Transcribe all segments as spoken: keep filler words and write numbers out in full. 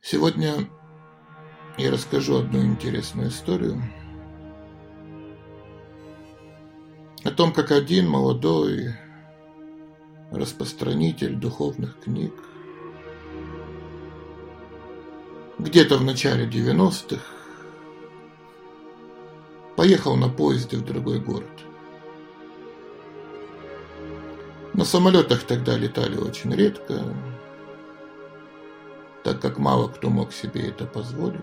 Сегодня я расскажу одну интересную историю о том, как один молодой распространитель духовных книг где-то в начале девяностых поехал на поезде в другой город. На самолетах тогда летали очень редко, так как мало кто мог себе это позволить.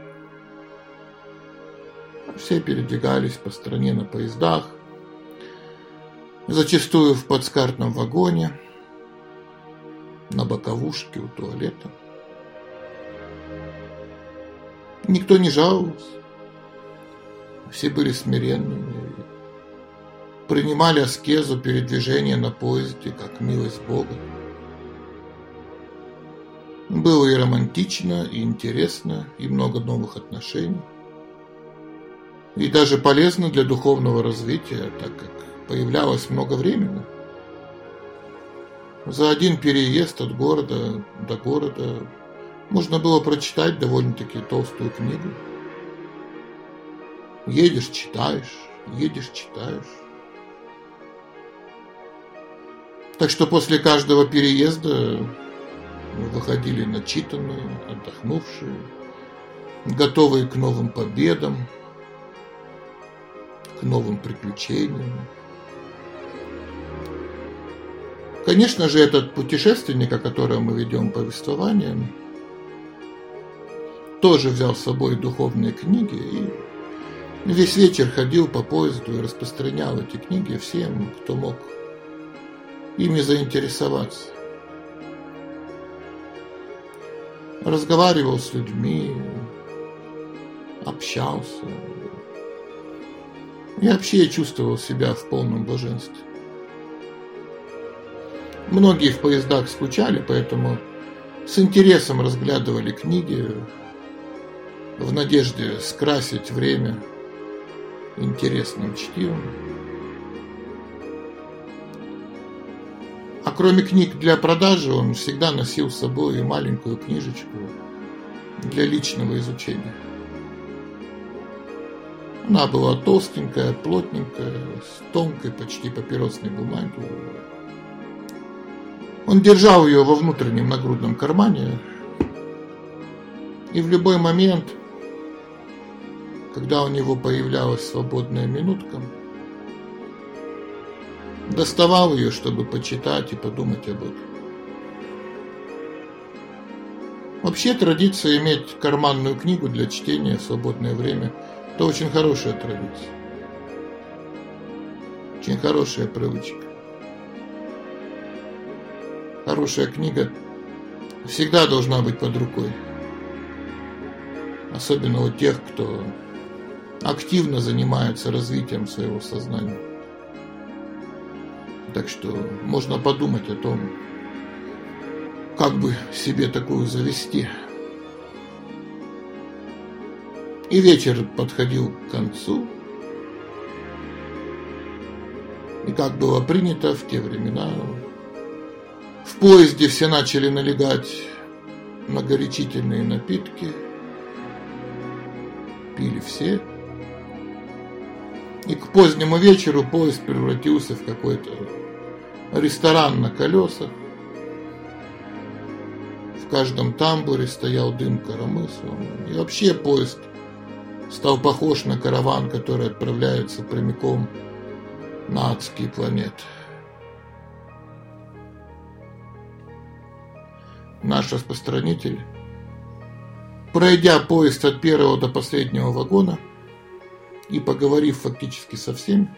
Все передвигались по стране на поездах, зачастую в плацкартном вагоне, на боковушке у туалета. Никто не жаловался, все были смиренными, принимали аскезу передвижения на поезде как милость Бога. Было и романтично, и интересно, и много новых отношений. И даже полезно для духовного развития, так как появлялось много времени. За один переезд от города до города можно было прочитать довольно-таки толстую книгу. Едешь, читаешь, едешь, читаешь. Так что после каждого переезда выходили начитанные, отдохнувшие, готовые к новым победам, к новым приключениям. Конечно же, этот путешественник, о котором мы ведем повествование, тоже взял с собой духовные книги и весь вечер ходил по поезду и распространял эти книги всем, кто мог ими заинтересоваться. Разговаривал с людьми, общался. И вообще я чувствовал себя в полном блаженстве. Многие в поездах скучали, поэтому с интересом разглядывали книги в надежде скрасить время интересным чтивом. А кроме книг для продажи, он всегда носил с собой и маленькую книжечку для личного изучения. Она была толстенькая, плотненькая, с тонкой, почти папиросной бумагой. Он держал ее во внутреннем нагрудном кармане, и в любой момент, когда у него появлялась свободная минутка, доставал ее, чтобы почитать и подумать об этом. Вообще традиция иметь карманную книгу для чтения в свободное время – это очень хорошая традиция. Очень хорошая привычка. Хорошая книга всегда должна быть под рукой. Особенно у тех, кто активно занимается развитием своего сознания. Так что можно подумать о том, как бы себе такую завести. И вечер подходил к концу. И как было принято в те времена, в поезде все начали налегать на горячительные напитки. Пили все. И к позднему вечеру поезд превратился в какой-то ресторан на колесах. В каждом тамбуре стоял дым коромысла. И вообще поезд стал похож на караван, который отправляется прямиком на адские планеты. Наш распространитель, пройдя поезд от первого до последнего вагона и поговорив фактически со всеми,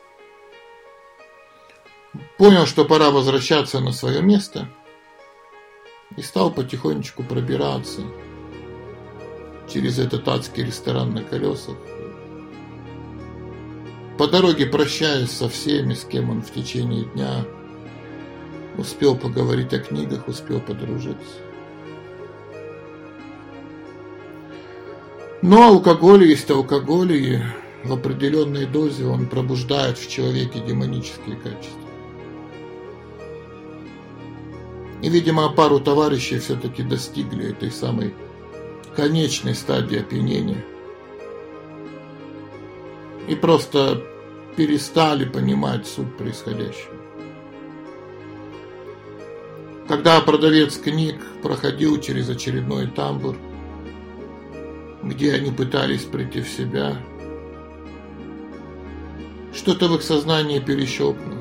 понял, что пора возвращаться на свое место и стал потихонечку пробираться через этот адский ресторан на колесах, по дороге прощаясь со всеми, с кем он в течение дня успел поговорить о книгах, успел подружиться. Но алкоголь есть алкоголь, и в определенной дозе он пробуждает в человеке демонические качества. И, видимо, пару товарищей все-таки достигли этой самой конечной стадии опьянения и просто перестали понимать суть происходящего. Когда продавец книг проходил через очередной тамбур, где они пытались прийти в себя, что-то в их сознании перещелкнуло.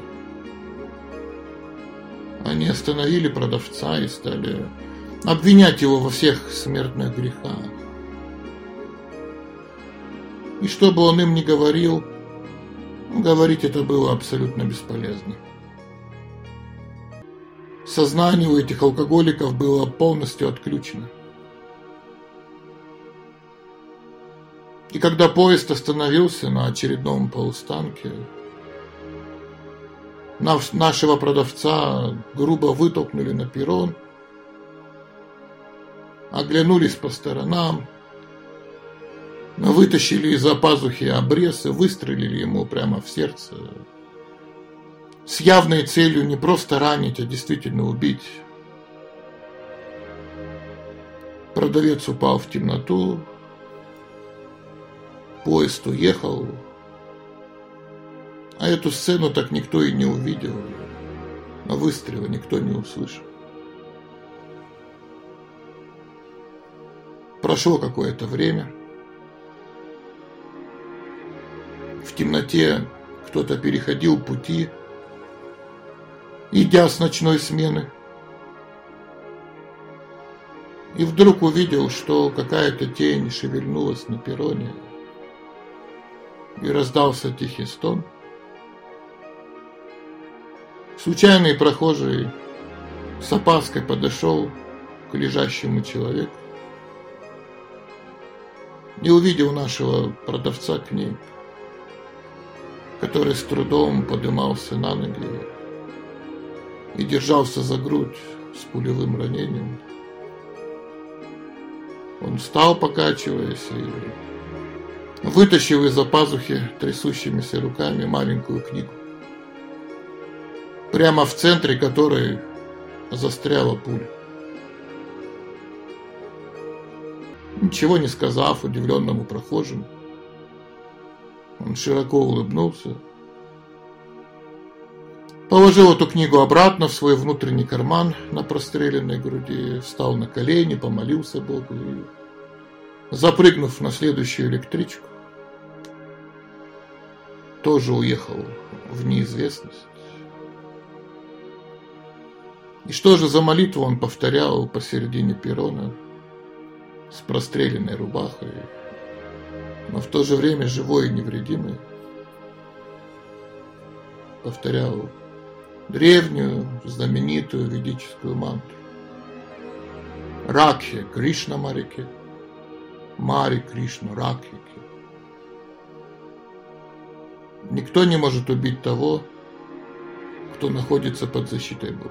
Они остановили продавца и стали обвинять его во всех смертных грехах. И что бы он им ни говорил, говорить это было абсолютно бесполезно. Сознание у этих алкоголиков было полностью отключено. И когда поезд остановился на очередном полустанке, нашего продавца грубо вытолкнули на перрон, оглянулись по сторонам, вытащили из-за пазухи обрез и выстрелили ему прямо в сердце, с явной целью не просто ранить, а действительно убить. Продавец упал в темноту, поезд уехал, а эту сцену так никто и не увидел, а выстрела никто не услышал. Прошло какое-то время. В темноте кто-то переходил пути, идя с ночной смены, и вдруг увидел, что какая-то тень шевельнулась на перроне, и раздался тихий стон. Случайный прохожий с опаской подошел к лежащему человеку и увидел нашего продавца книг, который с трудом поднимался на ноги и держался за грудь с пулевым ранением. Он встал, покачиваясь, и вытащил из-за пазухи трясущимися руками маленькую книгу, прямо в центре которой застряла пуля. Ничего не сказав удивленному прохожему, он широко улыбнулся, положил эту книгу обратно в свой внутренний карман на простреленной груди, встал на колени, помолился Богу и, запрыгнув на следующую электричку, тоже уехал в неизвестность. И что же за молитву он повторял посередине перрона с простреленной рубахой, но в то же время живой и невредимый? Повторял древнюю, знаменитую ведическую мантру: Ракхе Кришна Марике, Мари Кришна Ракхеке. Никто не может убить того, кто находится под защитой Бога.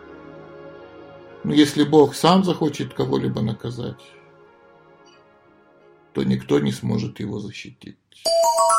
Но если Бог сам захочет кого-либо наказать, то никто не сможет его защитить.